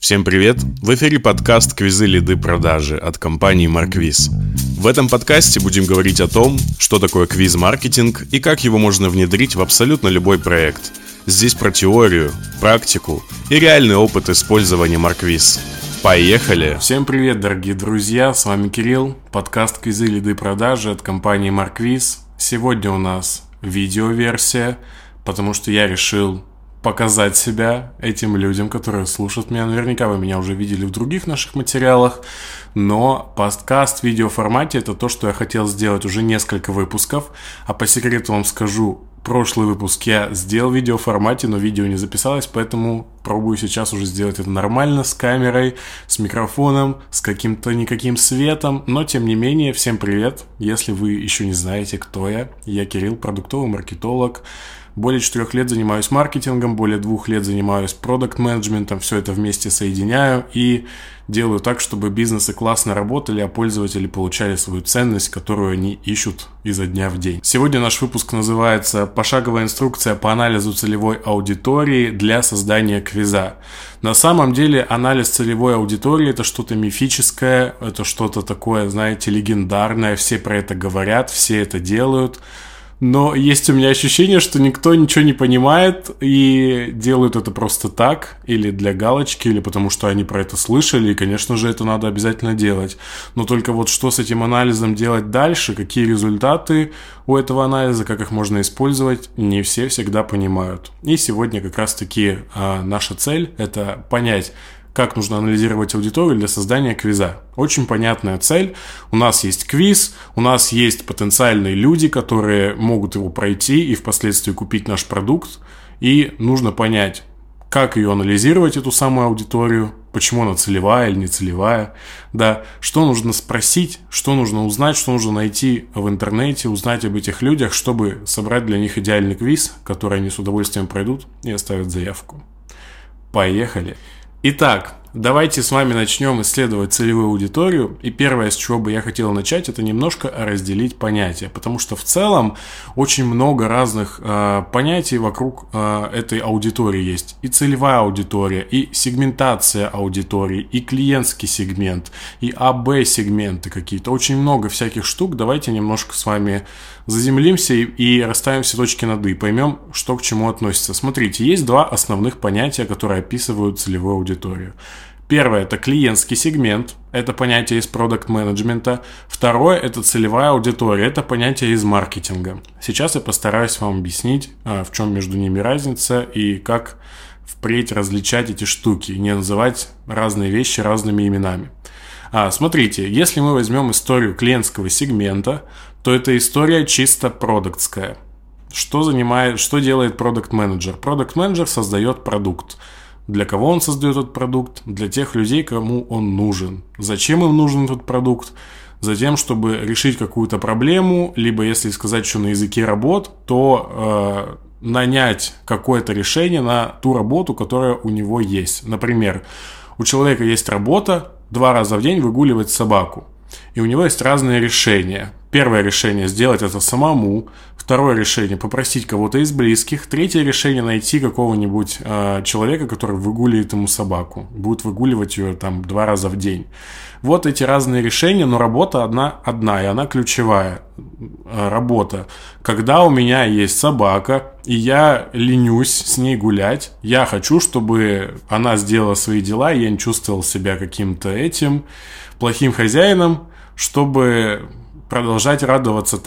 Всем привет! В эфире подкаст «Квизы, лиды, продажи» от компании Markviz. В этом подкасте будем говорить о том, что такое квиз-маркетинг и как его можно внедрить в абсолютно любой проект. Здесь про теорию, практику и реальный опыт использования Markviz. Поехали! Всем привет, дорогие друзья, с вами Кирилл, подкаст «Квизы, лиды, продажи» от компании Markviz. Сегодня у нас видеоверсия, потому что я решил показать себя этим людям, которые слушают меня. Наверняка вы меня уже видели в других наших материалах, но подкаст в видеоформате — это то, что я хотел сделать уже несколько выпусков. А по секрету вам скажу, прошлый выпуск я сделал в видеоформате, но видео не записалось, поэтому пробую сейчас уже сделать это нормально, с камерой, с микрофоном, с каким-то никаким светом. Но тем не менее, всем привет, если вы еще не знаете, кто я. Я Кирилл, продуктовый маркетолог. Более 4 лет занимаюсь маркетингом, более 2 лет занимаюсь продакт-менеджментом, все это вместе соединяю и делаю так, чтобы бизнесы классно работали, а пользователи получали свою ценность, которую они ищут изо дня в день. Сегодня наш выпуск называется «Пошаговая инструкция по анализу целевой аудитории для создания квиза». На самом деле анализ целевой аудитории — это что-то мифическое, это что-то такое, знаете, легендарное, все про это говорят, все это делают. Но есть у меня ощущение, что никто ничего не понимает и делают это просто так, или для галочки, или потому что они про это слышали, и, конечно же, это надо обязательно делать. Но только вот что с этим анализом делать дальше, какие результаты у этого анализа, как их можно использовать, не все всегда понимают. И сегодня как раз-таки наша цель – это понять, как нужно анализировать аудиторию для создания квиза. Очень понятная цель. У нас есть квиз, у нас есть потенциальные люди, которые могут его пройти и впоследствии купить наш продукт. И нужно понять, как ее анализировать, эту самую аудиторию, почему она целевая или не целевая, да, что нужно спросить, что нужно узнать, что нужно найти в интернете, узнать об этих людях, чтобы собрать для них идеальный квиз, который они с удовольствием пройдут и оставят заявку. Поехали! Итак, давайте с вами начнем исследовать целевую аудиторию. И первое, с чего бы я хотел начать, это немножко разделить понятия. Потому что в целом очень много разных понятий вокруг этой аудитории есть. И целевая аудитория, и сегментация аудитории, и клиентский сегмент, и АБ-сегменты какие-то. Очень много всяких штук. Давайте немножко с вами заземлимся и расставим все точки над «и», поймем, что к чему относится. Смотрите, есть два основных понятия, которые описывают целевую аудиторию. Первое – это клиентский сегмент, это понятие из продакт-менеджмента. Второе – это целевая аудитория, это понятие из маркетинга. Сейчас я постараюсь вам объяснить, в чем между ними разница и как впредь различать эти штуки, не называть разные вещи разными именами. Смотрите, если мы возьмем историю клиентского сегмента, то это история чисто продуктская. Что делает продакт-менеджер? Продакт-менеджер создает продукт. Для кого он создает этот продукт? Для тех людей, кому он нужен. Зачем им нужен этот продукт? Затем, чтобы решить какую-то проблему, либо, если сказать еще на языке работ, то нанять какое-то решение на ту работу, которая у него есть. Например, у человека есть работа 2 раза в день выгуливать собаку. И у него есть разные решения. Первое решение – сделать это самому. Второе решение – попросить кого-то из близких. Третье решение – найти какого-нибудь человека, который выгуливает ему собаку. Будет выгуливать ее 2 раза в день. Вот эти разные решения, но работа одна, и она ключевая. Работа. Когда у меня есть собака, и я ленюсь с ней гулять, я хочу, чтобы она сделала свои дела, и я не чувствовал себя каким-то плохим хозяином, чтобы продолжать радоваться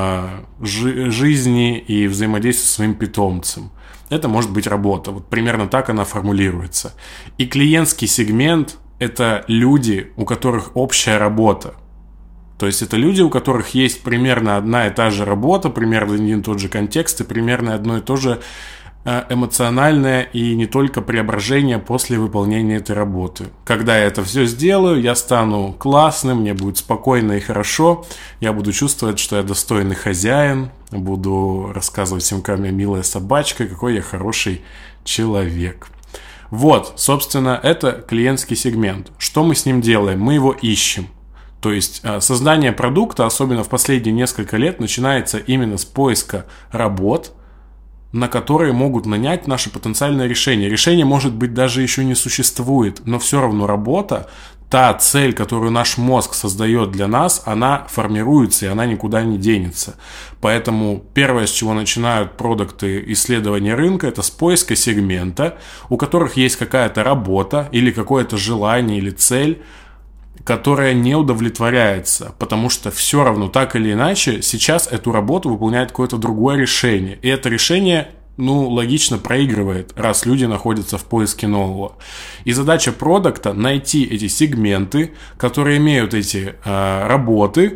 жизни и взаимодействию со своим питомцем. Это может быть работа. Вот примерно так она формулируется. И клиентский сегмент – это люди, у которых общая работа. То есть это люди, у которых есть примерно одна и та же работа, примерно один и тот же контекст и примерно одно и то же эмоциональное и не только преображение после выполнения этой работы. Когда я это все сделаю, я стану классным, мне будет спокойно и хорошо, я буду чувствовать, что я достойный хозяин, буду рассказывать всем, какая у меня милая собачка, какой я хороший человек. Вот, собственно, это клиентский сегмент. Что мы с ним делаем? Мы его ищем. То есть создание продукта, особенно в последние несколько лет, начинается именно с поиска работ, на которые могут нанять наше потенциальное решение. Решение, может быть, даже еще не существует, но все равно работа, та цель, которую наш мозг создает для нас, она формируется, и она никуда не денется. Поэтому первое, с чего начинают продукты исследования рынка, это с поиска сегмента, у которых есть какая-то работа или какое-то желание или цель, которая не удовлетворяется, потому что все равно, так или иначе, сейчас эту работу выполняет какое-то другое решение. И это решение, логично проигрывает, раз люди находятся в поиске нового. И задача продукта — найти эти сегменты, которые имеют эти работы.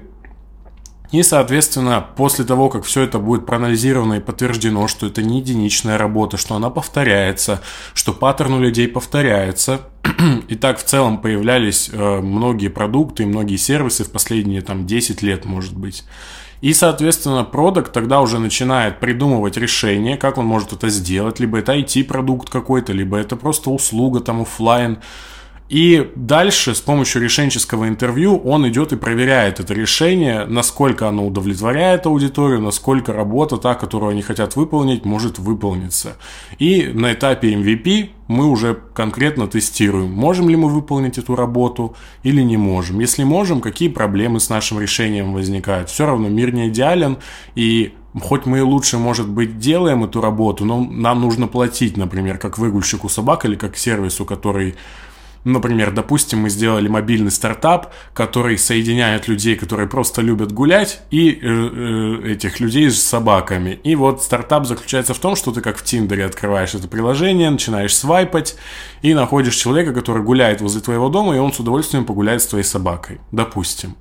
И, соответственно, после того, как все это будет проанализировано и подтверждено, что это не единичная работа, что она повторяется, что паттерн у людей повторяется, и так в целом появлялись многие продукты и многие сервисы в последние 10 лет, может быть. И, соответственно, продакт тогда уже начинает придумывать решение, как он может это сделать. Либо это IT-продукт какой-то, либо это просто услуга офлайн. И дальше с помощью решенческого интервью он идет и проверяет это решение, насколько оно удовлетворяет аудиторию, насколько работа, та, которую они хотят выполнить, может выполниться. И на этапе MVP мы уже конкретно тестируем, можем ли мы выполнить эту работу или не можем. Если можем, какие проблемы с нашим решением возникают. Все равно мир не идеален, и хоть мы и лучше, может быть, делаем эту работу, но нам нужно платить, например, как выгульщику собак или как сервису, который... Например, допустим, мы сделали мобильный стартап, который соединяет людей, которые просто любят гулять, и этих людей с собаками. И вот стартап заключается в том, что ты как в Тиндере открываешь это приложение, начинаешь свайпать и находишь человека, который гуляет возле твоего дома, и он с удовольствием погуляет с твоей собакой, допустим.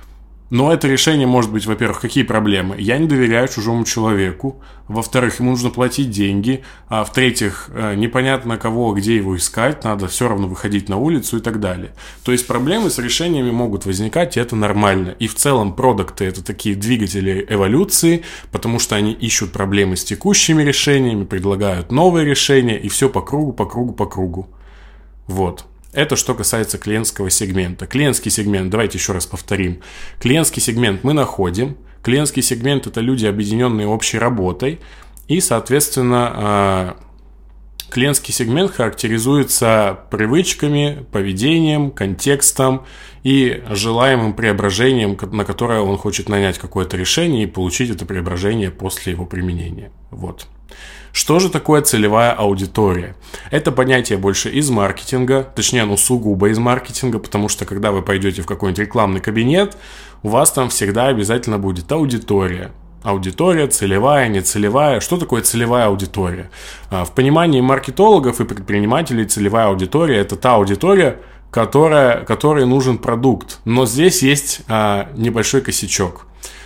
Но это решение может быть, во-первых, какие проблемы? Я не доверяю чужому человеку. Во-вторых, ему нужно платить деньги. А в-третьих, непонятно кого, где его искать. Надо все равно выходить на улицу и так далее. То есть проблемы с решениями могут возникать, и это нормально. И в целом продукты — это такие двигатели эволюции, потому что они ищут проблемы с текущими решениями, предлагают новые решения, и все по кругу. Вот. Это что касается клиентского сегмента. Клиентский сегмент, давайте еще раз повторим. Клиентский сегмент мы находим. Клиентский сегмент — это люди, объединенные общей работой. И, соответственно, клиентский сегмент характеризуется привычками, поведением, контекстом и желаемым преображением, на которое он хочет нанять какое-то решение и получить это преображение после его применения. Вот. Что же такое целевая аудитория? Это понятие больше из маркетинга, точнее, сугубо из маркетинга, потому что когда вы пойдете в какой-нибудь рекламный кабинет, у вас там всегда обязательно будет аудитория. Аудитория, целевая, нецелевая. Что такое целевая аудитория? В понимании маркетологов и предпринимателей целевая аудитория — это та аудитория, которой нужен продукт. Но здесь есть небольшой косячок.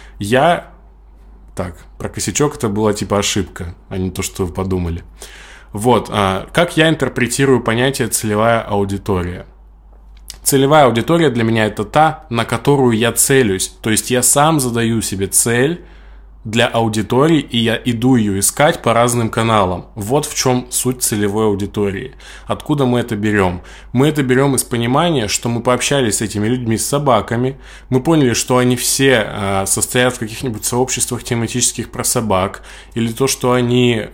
Про косячок это была ошибка, а не то, что вы подумали. Вот, как я интерпретирую понятие целевая аудитория? Целевая аудитория для меня — это та, на которую я целюсь. То есть я сам задаю себе цель для аудитории, и я иду ее искать по разным каналам. Вот в чем суть целевой аудитории. Откуда мы это берем? Мы это берем из понимания, что мы пообщались с этими людьми, с собаками, мы поняли, что они все состоят в каких-нибудь сообществах тематических про собак, или то, что они...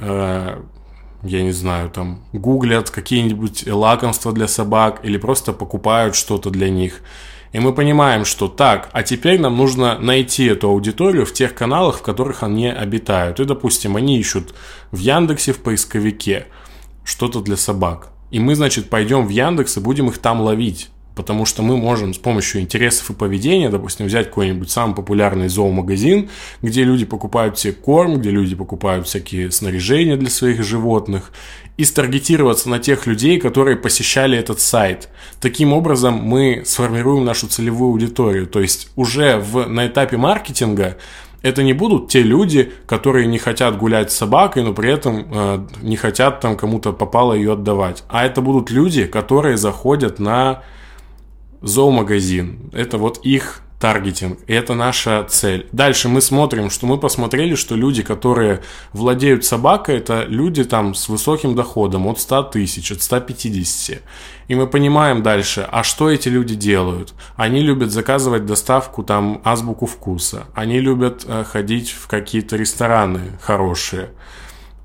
гуглят какие-нибудь лакомства для собак или просто покупают что-то для них. И мы понимаем, что а теперь нам нужно найти эту аудиторию в тех каналах, в которых они обитают. И, допустим, они ищут в Яндексе, в поисковике что-то для собак. И мы, пойдем в Яндекс и будем их там ловить. Потому что мы можем с помощью интересов и поведения, допустим, взять какой-нибудь самый популярный зоомагазин, где люди покупают себе корм, где люди покупают всякие снаряжения для своих животных, и старгетироваться на тех людей, которые посещали этот сайт. Таким образом, мы сформируем нашу целевую аудиторию. То есть уже на этапе маркетинга это не будут те люди, которые не хотят гулять с собакой, но при этом не хотят кому-то попало ее отдавать. А это будут люди, которые заходят на зоомагазин. Это вот их таргетинг. И это наша цель. Дальше мы смотрим, что мы посмотрели, что люди, которые владеют собакой, это люди с высоким доходом от 100 тысяч, от 150. И мы понимаем дальше, а что эти люди делают? Они любят заказывать доставку Азбуку вкуса. Они любят ходить в какие-то рестораны хорошие.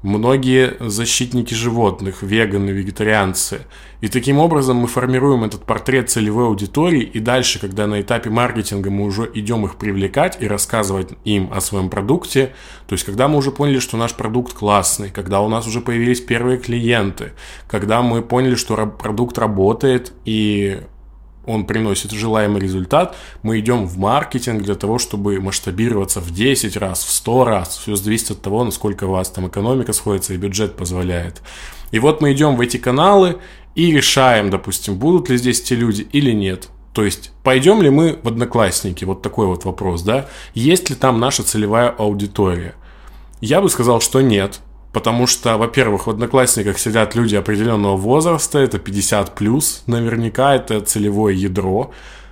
многие защитники животных, веганы, вегетарианцы. И таким образом мы формируем этот портрет целевой аудитории, и дальше, когда на этапе маркетинга мы уже идем их привлекать и рассказывать им о своем продукте, то есть когда мы уже поняли, что наш продукт классный, когда у нас уже появились первые клиенты, когда мы поняли, что продукт работает и он приносит желаемый результат, мы идем в маркетинг для того, чтобы масштабироваться в 10 раз, в 100 раз. Все зависит от того, насколько у вас там экономика сходится и бюджет позволяет. И вот мы идем в эти каналы и решаем, допустим, будут ли здесь те люди или нет. То есть, пойдем ли мы в Одноклассники? Вот такой вот вопрос, да? Есть ли там наша целевая аудитория? Я бы сказал, что нет. Потому что, во-первых, в Одноклассниках сидят люди определенного возраста, это 50+, наверняка это целевое ядро.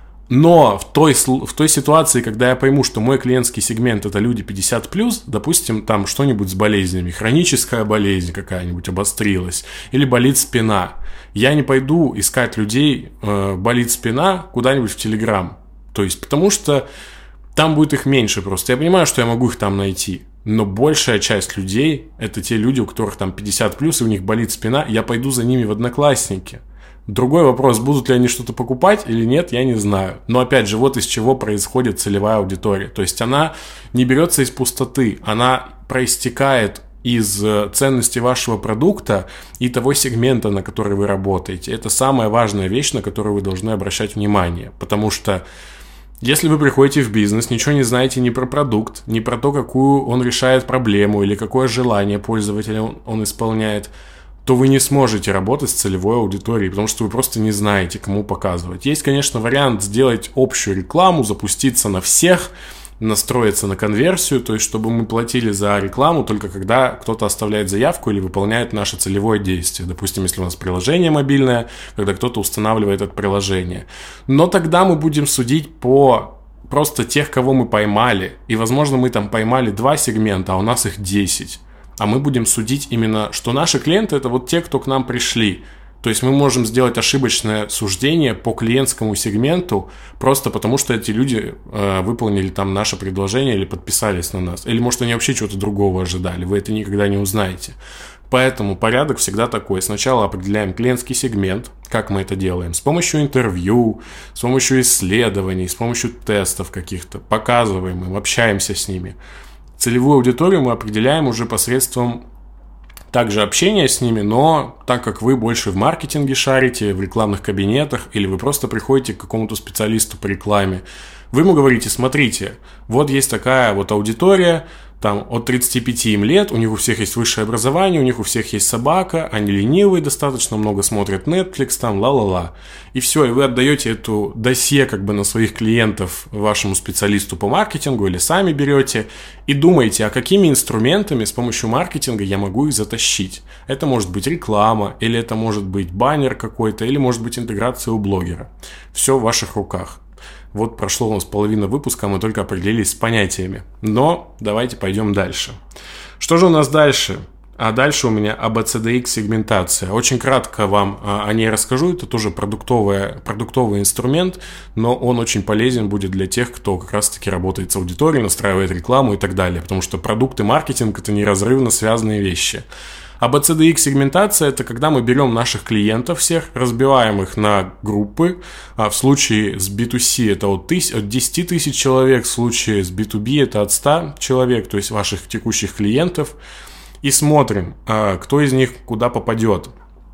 Но в той ситуации, когда я пойму, что мой клиентский сегмент это люди 50+, допустим, там что-нибудь с болезнями, хроническая болезнь какая-нибудь обострилась, или болит спина, я не пойду искать людей, болит спина, куда-нибудь в Телеграм. То есть, потому что там будет их меньше просто. Я понимаю, что я могу их там найти. Но большая часть людей, это те люди, у которых там 50+, и у них болит спина, я пойду за ними в Одноклассники. Другой вопрос, будут ли они что-то покупать или нет, я не знаю. Но опять же, вот из чего происходит целевая аудитория. То есть она не берется из пустоты, она проистекает из ценности вашего продукта и того сегмента, на который вы работаете. Это самая важная вещь, на которую вы должны обращать внимание. Потому что если вы приходите в бизнес, ничего не знаете ни про продукт, ни про то, какую он решает проблему или какое желание пользователя он исполняет, то вы не сможете работать с целевой аудиторией, потому что вы просто не знаете, кому показывать. Есть, конечно, вариант сделать общую рекламу, запуститься на всех, настроиться на конверсию, то есть чтобы мы платили за рекламу только когда кто-то оставляет заявку или выполняет наше целевое действие. Допустим, если у нас приложение мобильное, когда кто-то устанавливает это приложение. Но тогда мы будем судить по просто тех, кого мы поймали. И, возможно, мы там поймали 2 сегмента, а у нас их 10. А мы будем судить именно, что наши клиенты – это вот те, кто к нам пришли. То есть мы можем сделать ошибочное суждение по клиентскому сегменту просто потому, что эти люди выполнили там наше предложение или подписались на нас. Или, может, они вообще чего-то другого ожидали. Вы это никогда не узнаете. Поэтому порядок всегда такой. Сначала определяем клиентский сегмент. Как мы это делаем? С помощью интервью, с помощью исследований, с помощью тестов каких-то. Показываем им, общаемся с ними. Целевую аудиторию мы определяем уже посредством также общение с ними, но так как вы больше в маркетинге шарите, в рекламных кабинетах, или вы просто приходите к какому-то специалисту по рекламе, вы ему говорите: смотрите, вот есть такая вот аудитория, там от 35 им лет, у них у всех есть высшее образование, у них у всех есть собака, они ленивые достаточно, много смотрят Netflix, там ла-ла-ла. И все, и вы отдаете эту досье как бы на своих клиентов вашему специалисту по маркетингу или сами берете и думаете, а какими инструментами с помощью маркетинга я могу их затащить. Это может быть реклама, или это может быть баннер какой-то, или может быть интеграция у блогера. Все в ваших руках. Вот прошло у нас половина выпуска, мы только определились с понятиями. Но давайте пойдем дальше. Что же у нас дальше? А дальше у меня ABCDX сегментация. Очень кратко вам о ней расскажу. Это тоже продуктовый инструмент, но он очень полезен будет для тех, кто как раз-таки работает с аудиторией, настраивает рекламу и так далее. Потому что продукт и маркетинг – это неразрывно связанные вещи. ABCDX сегментация – это когда мы берем наших клиентов всех, разбиваем их на группы. В случае с B2C это от 10 тысяч человек, в случае с B2B это от 100 человек, то есть ваших текущих клиентов. И смотрим, кто из них куда попадет.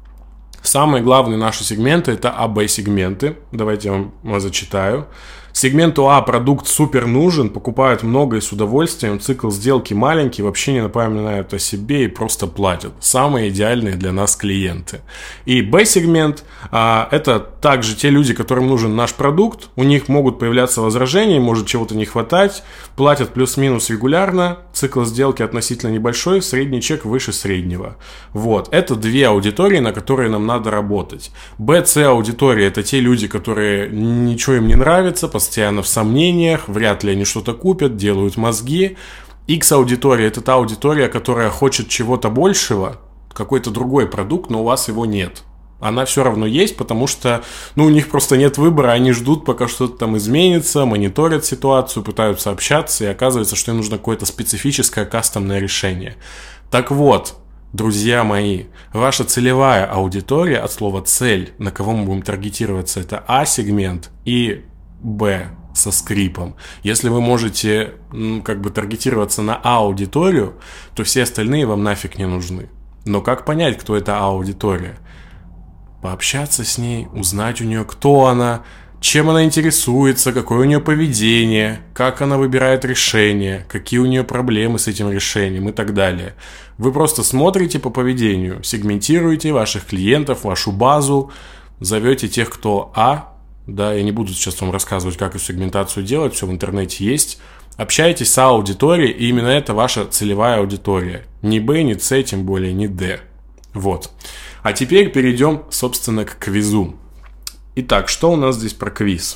Самые главные наши сегменты – это АБ-сегменты. Давайте я вам зачитаю. Сегменту А продукт супер нужен, покупают много и с удовольствием, цикл сделки маленький, вообще не напоминают о себе и просто платят. Самые идеальные для нас клиенты. И Б-сегмент это также те люди, которым нужен наш продукт, у них могут появляться возражения, может чего-то не хватать, платят плюс-минус регулярно, цикл сделки относительно небольшой, средний чек выше среднего. Вот, это 2 аудитории, на которые нам надо работать. Б-С-аудитория – это те люди, которые ничего им не нравится, постоянно в сомнениях, вряд ли они что-то купят, делают мозги. X-аудитория – это та аудитория, которая хочет чего-то большего, какой-то другой продукт, но у вас его нет. Она все равно есть, потому что у них просто нет выбора, они ждут, пока что-то там изменится, мониторят ситуацию, пытаются общаться, и оказывается, что им нужно какое-то специфическое кастомное решение. Так вот, Друзья мои, ваша целевая аудитория от слова «цель», на кого мы будем таргетироваться, это А-сегмент и Б со скрипом. Если вы можете таргетироваться на А-аудиторию, то все остальные вам нафиг не нужны. Но как понять, кто это А-аудитория? Пообщаться с ней, узнать у нее, кто она, чем она интересуется, какое у нее поведение, как она выбирает решения, какие у нее проблемы с этим решением и так далее. Вы просто смотрите по поведению, сегментируете ваших клиентов, вашу базу, зовете тех, кто да, я не буду сейчас вам рассказывать, как эту сегментацию делать, все в интернете есть. Общаетесь с аудиторией, и именно это ваша целевая аудитория. Не Б, не С, тем более не Д. Вот. А теперь перейдем, собственно, к квизу. Итак, что у нас здесь про квиз?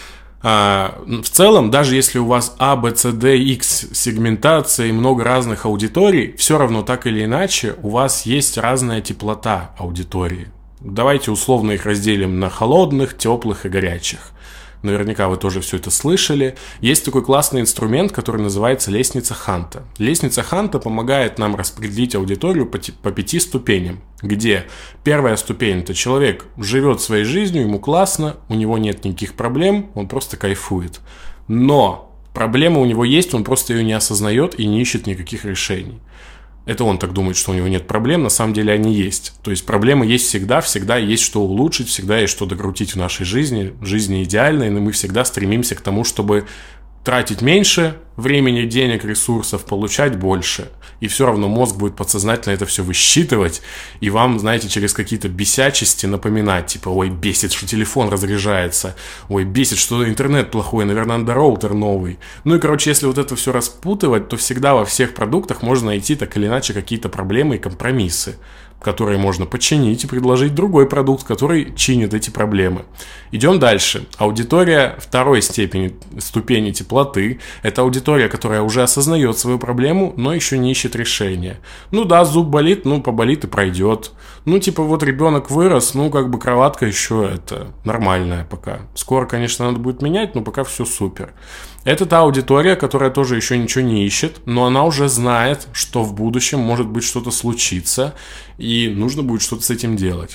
В целом, даже если у вас А, Б, С, Д, X сегментация и много разных аудиторий, все равно так или иначе у вас есть разная теплота аудитории. Давайте условно их разделим на холодных, теплых и горячих. Наверняка вы тоже все это слышали. Есть такой классный инструмент, который называется лестница Ханта. Лестница Ханта помогает нам распределить аудиторию по 5 ступеням, где первая ступень – это человек живет своей жизнью, ему классно, у него нет никаких проблем, он просто кайфует. Но проблема у него есть, он просто ее не осознает и не ищет никаких решений. Это он так думает, что у него нет проблем, на самом деле они есть. То есть проблемы есть всегда есть что улучшить, всегда есть что докрутить в нашей жизни. Жизнь не идеальная, но мы всегда стремимся к тому, чтобы тратить меньше времени, денег, ресурсов, получать больше. И все равно мозг будет подсознательно это все высчитывать, и вам, знаете, через какие-то бесячести напоминать, типа, ой, бесит, что телефон разряжается, ой, бесит, что интернет плохой, наверное, надо роутер новый. Ну и, короче, если вот это все распутывать, то всегда во всех продуктах можно найти так или иначе какие-то проблемы и компромиссы, которые можно починить и предложить другой продукт, который чинит эти проблемы. Идем дальше. Аудитория второй ступени теплоты – это аудитория, которая уже осознает свою проблему, но еще не ищет решения. Ну да, зуб болит, поболит и пройдет. Вот ребенок вырос, кроватка еще нормальная пока. Скоро, конечно, надо будет менять, но пока все супер. Это та аудитория, которая тоже еще ничего не ищет, но она уже знает, что в будущем может быть что-то случиться, и нужно будет что-то с этим делать.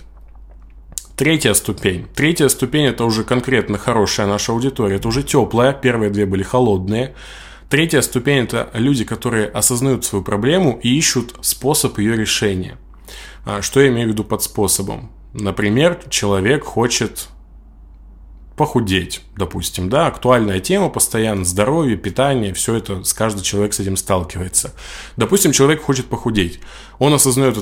Третья ступень. Третья ступень – это уже конкретно хорошая наша аудитория, это уже теплая, первые две были холодные. Третья ступень – это люди, которые осознают свою проблему и ищут способ ее решения. Что я имею в виду под способом? Например, человек хочет похудеть, допустим, да, актуальная тема постоянно, здоровье, питание, все это, каждый человек с этим сталкивается. Допустим, человек хочет похудеть, он осознает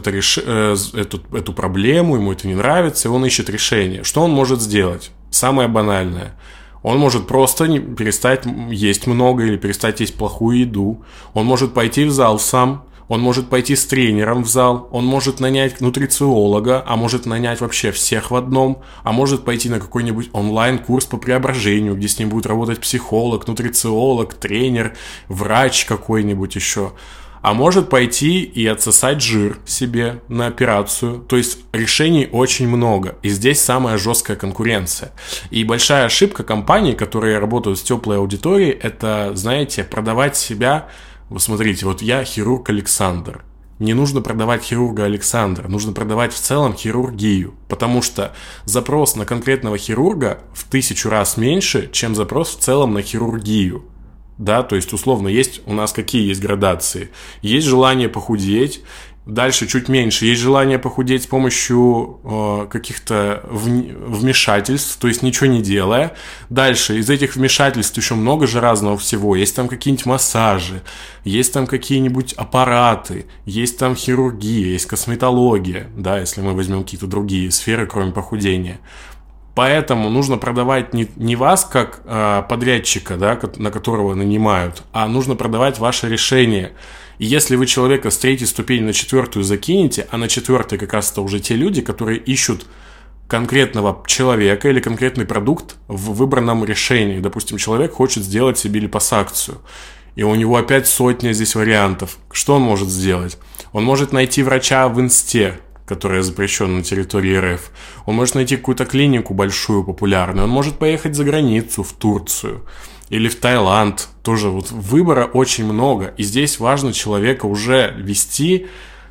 эту проблему, ему это не нравится, и он ищет решение. Что он может сделать? Самое банальное. Он может просто перестать есть много или перестать есть плохую еду, он может пойти в зал сам, он может пойти с тренером в зал, он может нанять нутрициолога, а может нанять вообще всех в одном, а может пойти на какой-нибудь онлайн-курс по преображению, где с ним будет работать психолог, нутрициолог, тренер, врач какой-нибудь еще. А может пойти и отсосать жир себе на операцию. То есть решений очень много. И здесь самая жесткая конкуренция. И большая ошибка компаний, которые работают с теплой аудиторией, это, знаете, продавать себя. Вы смотрите, вот я хирург Александр. Не нужно продавать хирурга Александра, нужно продавать в целом хирургию. Потому что запрос на конкретного хирурга в 1000 раз меньше, чем запрос в целом на хирургию. Да, то есть условно есть у нас какие есть градации. Есть желание похудеть. Дальше чуть меньше. Есть желание похудеть с помощью каких-то вмешательств, то есть ничего не делая. Дальше из этих вмешательств еще много же разного всего. Есть там какие-нибудь массажи, есть там какие-нибудь аппараты, есть там хирургия, есть косметология, да, если мы возьмем какие-то другие сферы, кроме похудения. Поэтому нужно продавать не вас как подрядчика, да, на которого нанимают, а нужно продавать ваше решение. И если вы человека с 3-й ступени на 4-ю закинете, а на 4-й как раз это уже те люди, которые ищут конкретного человека или конкретный продукт в выбранном решении. Допустим, человек хочет сделать себе липосакцию, и у него опять сотня здесь вариантов. Что он может сделать? Он может найти врача в Инсте, которая запрещена на территории РФ. Он может найти какую-то клинику большую, популярную. Он может поехать за границу, в Турцию или в Таиланд. Тоже вот выбора очень много. И здесь важно человека уже вести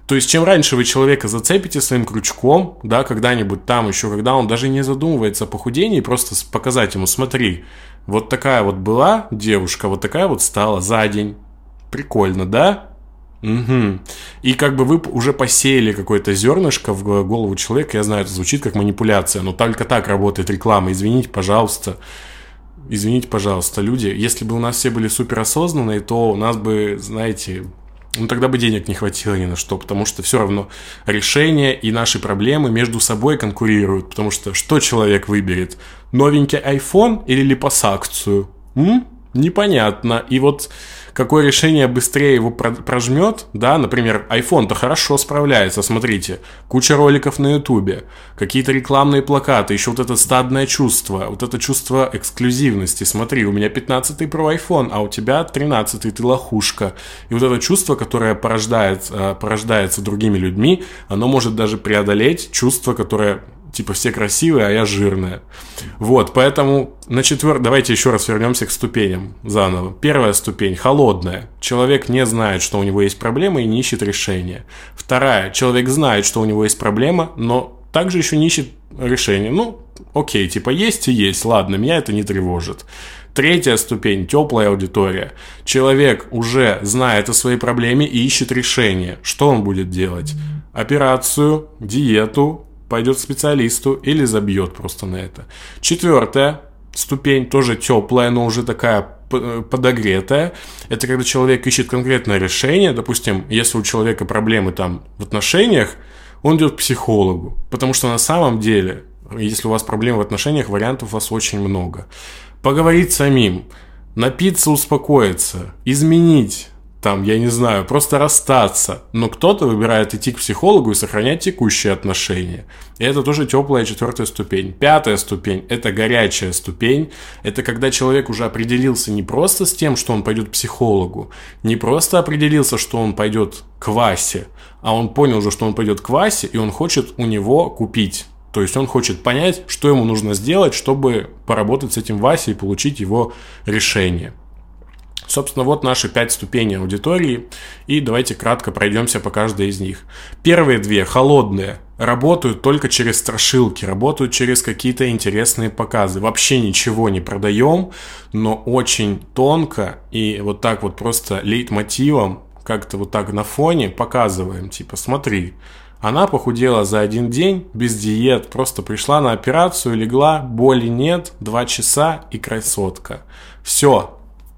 То есть, чем раньше вы человека зацепите своим крючком, да, когда-нибудь там еще, когда он даже не задумывается о похудении, просто показать ему, смотри, вот такая вот была девушка, вот такая вот стала за день. Прикольно, да? Угу. И как бы вы уже посеяли какое-то зернышко в голову человека. Я знаю, это звучит как манипуляция, но только так работает реклама. Извините, пожалуйста, люди. Если бы у нас все были суперосознанные, то у нас бы, знаете, тогда бы денег не хватило ни на что, потому что все равно решения и наши проблемы между собой конкурируют. Потому что человек выберет? Новенький iPhone или липосакцию? Непонятно. И вот какое решение быстрее его прожмет, да, например, iPhone-то хорошо справляется, смотрите, куча роликов на Ютубе, какие-то рекламные плакаты, еще вот это стадное чувство, вот это чувство эксклюзивности, смотри, у меня 15-й Pro iPhone, а у тебя 13-й, ты лохушка, и вот это чувство, которое порождается другими людьми, оно может даже преодолеть чувство, которое... Типа все красивые, а я жирная. Вот, поэтому давайте еще раз вернемся к ступеням заново. Первая ступень – холодная. Человек не знает, что у него есть проблема и не ищет решения. Вторая – человек знает, что у него есть проблема, но также еще не ищет решения. Окей, типа есть и есть, ладно, меня это не тревожит. Третья ступень – теплая аудитория. Человек уже знает о своей проблеме и ищет решение. Что он будет делать? Операцию, диету, пойдет к специалисту или забьет просто на это. Четвертая ступень, тоже теплая, но уже такая подогретая. Это когда человек ищет конкретное решение. Допустим, если у человека проблемы там в отношениях, он идет к психологу. Потому что на самом деле, если у вас проблемы в отношениях, вариантов у вас очень много. Поговорить самим, напиться, успокоиться, изменить. Там, я не знаю, просто расстаться. Но кто-то выбирает идти к психологу и сохранять текущие отношения. И это тоже теплая четвертая ступень. Пятая ступень – это горячая ступень. Это когда человек уже определился не просто с тем, что он пойдет к психологу, не просто определился, что он пойдет к Васе, а он понял уже, что он пойдет к Васе, и он хочет у него купить. То есть он хочет понять, что ему нужно сделать, чтобы поработать с этим Васей и получить его решение. Собственно, вот наши 5 ступеней аудитории, и давайте кратко пройдемся по каждой из них. Первые 2, холодные, работают только через страшилки, работают через какие-то интересные показы. Вообще ничего не продаем, но очень тонко и вот так вот просто лейтмотивом, как-то вот так на фоне показываем, типа, смотри, она похудела за 1 день, без диет, просто пришла на операцию, легла, боли нет, 2 часа и красотка. Все.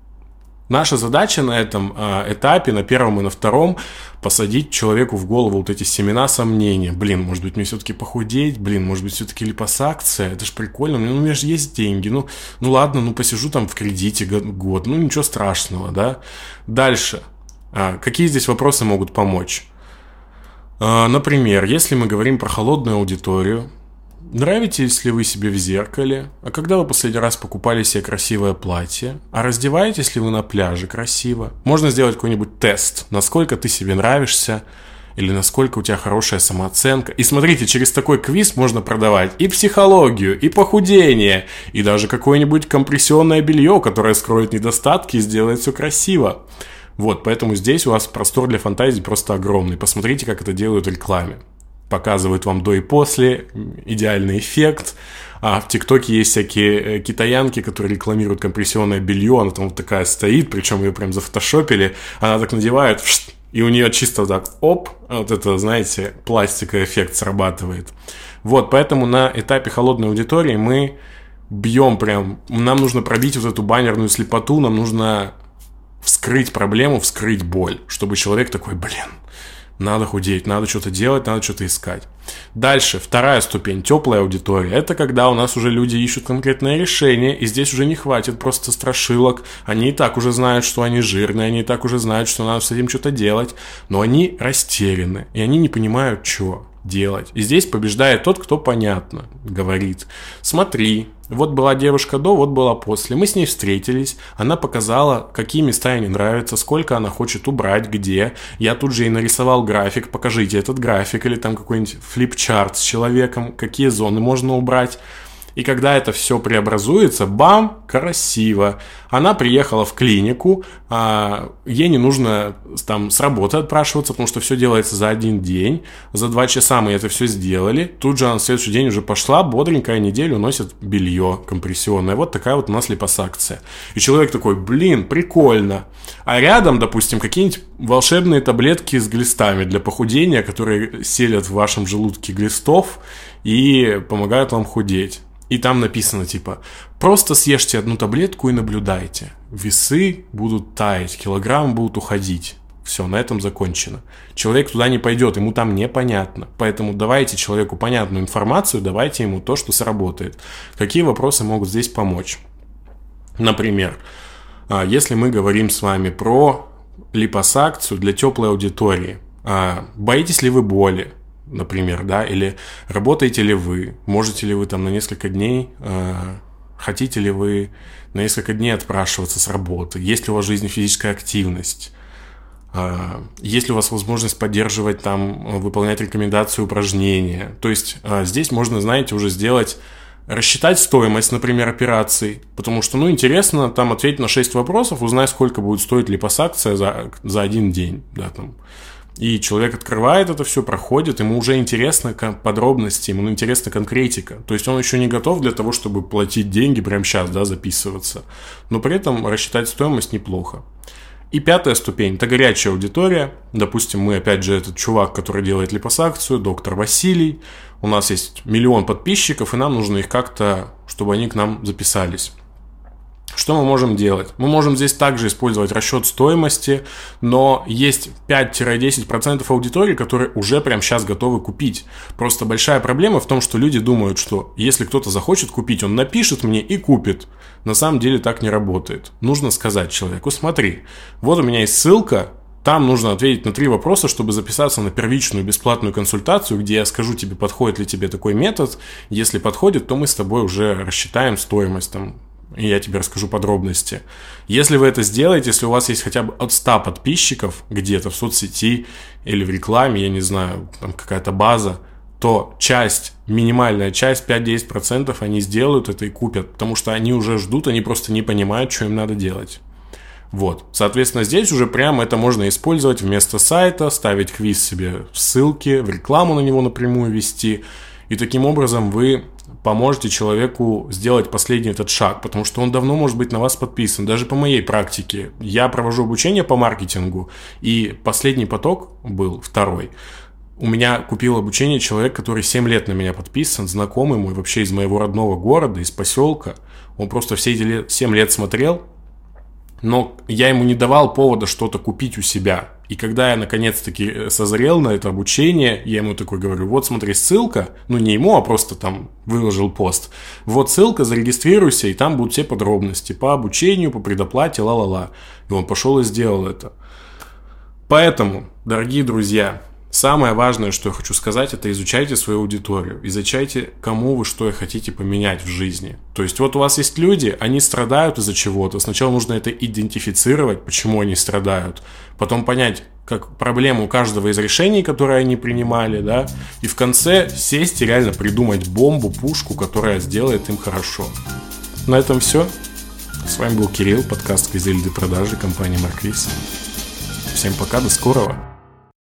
Наша задача на этом этапе, на первом и на втором, посадить человеку в голову вот эти семена сомнения. Может быть, мне все-таки похудеть? Может быть, все-таки липосакция? Это ж прикольно. У меня же есть деньги. Ну ладно, посижу там в кредите год. Ничего страшного, да? Дальше. Какие здесь вопросы могут помочь? Например, если мы говорим про холодную аудиторию, нравитесь ли вы себе в зеркале? А когда вы последний раз покупали себе красивое платье? А раздеваетесь ли вы на пляже красиво? Можно сделать какой-нибудь тест, насколько ты себе нравишься, или насколько у тебя хорошая самооценка. И смотрите, через такой квиз можно продавать и психологию, и похудение, и даже какое-нибудь компрессионное белье, которое скроет недостатки и сделает все красиво. Вот, поэтому здесь у вас простор для фантазии просто огромный. Посмотрите, как это делают в рекламе. Показывают вам до и после, идеальный эффект. А в ТикТоке есть всякие китаянки, которые рекламируют компрессионное белье. Она там вот такая стоит, причем ее прям зафотошопили. Она так надевает, и у нее чисто так, вот это, знаете, пластиковый эффект срабатывает. Вот, поэтому на этапе холодной аудитории мы бьем прям. Нам нужно пробить вот эту баннерную слепоту, нам нужно вскрыть проблему, вскрыть боль, чтобы человек такой, надо худеть, надо что-то делать, надо что-то искать. Дальше, вторая ступень, теплая аудитория. Это когда у нас уже люди ищут конкретное решение, и здесь уже не хватит просто страшилок. Они и так уже знают, что они жирные, они и так уже знают, что надо с этим что-то делать, но они растеряны, и они не понимают, что делать. И здесь побеждает тот, кто понятно говорит. Смотри, вот была девушка до, вот была после. Мы с ней встретились, она показала, какие места ей не нравятся, сколько она хочет убрать, где. Я тут же ей нарисовал график, покажите этот график, или там какой-нибудь флипчарт с человеком, какие зоны можно убрать. И когда это все преобразуется, бам, красиво. Она приехала в клинику, ей не нужно там с работы отпрашиваться, потому что все делается за один день. За 2 часа мы это все сделали. Тут же она на следующий день уже пошла, бодренькая, неделю носит белье компрессионное. Вот такая вот у нас липосакция. И человек такой, блин, прикольно. А рядом, допустим, какие-нибудь волшебные таблетки с глистами для похудения, которые селят в вашем желудке глистов и помогают вам худеть. И там написано типа, просто съешьте 1 таблетку и наблюдайте. Весы будут таять, килограммы будут уходить. Все, на этом закончено. Человек туда не пойдет, ему там непонятно. Поэтому давайте человеку понятную информацию, давайте ему то, что сработает. Какие вопросы могут здесь помочь? Например, если мы говорим с вами про липосакцию для теплой аудитории, боитесь ли вы боли? Например, да, или работаете ли вы, можете ли вы там на несколько дней, хотите ли вы на несколько дней отпрашиваться с работы, есть ли у вас в жизни физическая активность, есть ли у вас возможность поддерживать там, выполнять рекомендации, упражнения. То есть здесь можно, знаете, уже рассчитать стоимость, например, операций, потому что, интересно там ответить на 6 вопросов, узнать, сколько будет стоить липосакция за 1 день, да, там. И человек открывает это все, проходит, ему уже интересны подробности, ему интересна конкретика. То есть он еще не готов для того, чтобы платить деньги прямо сейчас, да, записываться. Но при этом рассчитать стоимость неплохо. И 5-я ступень – это горячая аудитория. Допустим, мы, опять же, этот чувак, который делает липосакцию, доктор Василий. У нас есть 1 миллион подписчиков, и нам нужно их как-то, чтобы они к нам записались. Что мы можем делать? Мы можем здесь также использовать расчет стоимости, но есть 5-10% аудитории, которые уже прямо сейчас готовы купить. Просто большая проблема в том, что люди думают, что если кто-то захочет купить, он напишет мне и купит. На самом деле так не работает. Нужно сказать человеку, смотри, вот у меня есть ссылка, там нужно ответить на 3 вопроса, чтобы записаться на первичную бесплатную консультацию, где я скажу тебе, подходит ли тебе такой метод. Если подходит, то мы с тобой уже рассчитаем стоимость там. И я тебе расскажу подробности. Если вы это сделаете, если у вас есть хотя бы от 100 подписчиков где-то в соцсети или в рекламе, я не знаю, там какая-то база, то минимальная часть, 5-10% они сделают это и купят, потому что они уже ждут, они просто не понимают, что им надо делать. Вот, соответственно, здесь уже прямо это можно использовать вместо сайта, ставить квиз себе в ссылке, в рекламу на него напрямую вести, и таким образом вы поможете человеку сделать последний этот шаг, потому что он давно может быть на вас подписан. Даже по моей практике. Я провожу обучение по маркетингу, и последний поток был 2-й. У меня купил обучение человек, который 7 лет на меня подписан, знакомый мой, вообще из моего родного города, из поселка. Он просто все эти 7 лет смотрел, но я ему не давал повода что-то купить у себя. И когда я наконец-таки созрел на это обучение, я ему такой говорю, вот смотри, ссылка, не ему, а просто там выложил пост. Вот ссылка, зарегистрируйся, и там будут все подробности по обучению, по предоплате, ла-ла-ла. И он пошел и сделал это. Поэтому, дорогие друзья, самое важное, что я хочу сказать, это изучайте свою аудиторию, изучайте, кому вы что хотите поменять в жизни. То есть вот у вас есть люди, они страдают из-за чего-то. Сначала нужно это идентифицировать, почему они страдают, потом понять, как проблему каждого из решений, которые они принимали, да, и в конце сесть и реально придумать бомбу, пушку, которая сделает им хорошо. На этом все. С вами был Кирилл, подкаст «Квизы лиды продажи», компания Марквиз. Всем пока, до скорого.